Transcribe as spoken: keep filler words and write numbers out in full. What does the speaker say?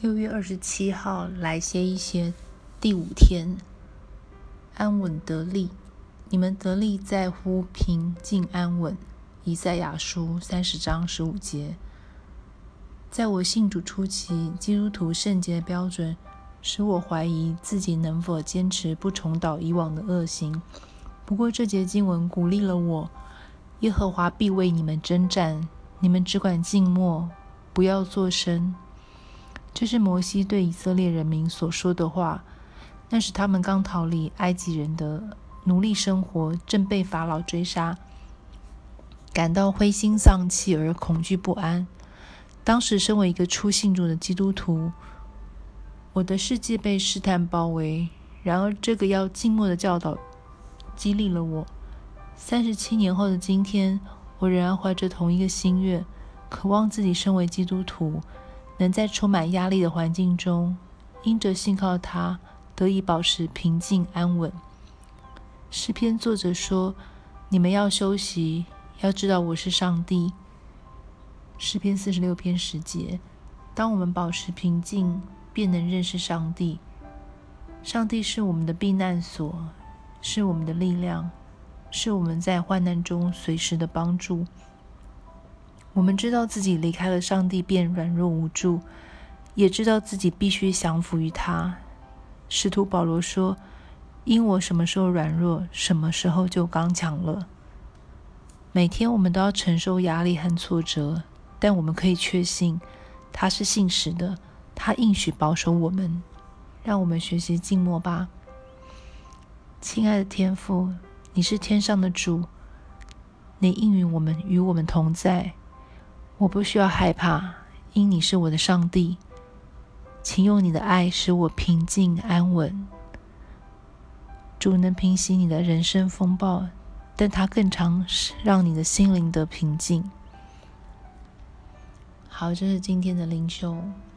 六月二十七号来歇一歇，第五天，安稳得力。你们得力在乎平静安稳。以赛亚书三十章十五节。在我信主初期，基督徒圣洁的标准使我怀疑自己能否坚持不重蹈以往的恶行。不过这节经文鼓励了我，耶和华必为你们征战，你们只管静默，不要作声。这是摩西对以色列人民所说的话，那是他们刚逃离埃及人的奴隶生活，正被法老追杀，感到灰心丧气而恐惧不安。当时身为一个初信主的基督徒，我的世界被试探包围，然而这个要静默的教导激励了我。三十七年后的今天，我仍然怀着同一个心愿，渴望自己身为基督徒，能在充满压力的环境中，因着信靠他，得以保持平静安稳。诗篇作者说，你们要休息，要知道我是上帝。诗篇四十六篇十节。当我们保持平静，便能认识上帝。上帝是我们的避难所，是我们的力量，是我们在患难中随时的帮助。我们知道自己离开了上帝便软弱无助，也知道自己必须降服于他。使徒保罗说，因我什么时候软弱，什么时候就刚强了。每天我们都要承受压力和挫折，但我们可以确信他是信实的，他应许保守我们。让我们学习静默吧。亲爱的天父，你是天上的主，你应允我们与我们同在。我不需要害怕，因你是我的上帝。请用你的爱使我平静安稳。主能平息你的人生风暴，但它更常让你的心灵得平静。好，这是今天的灵修。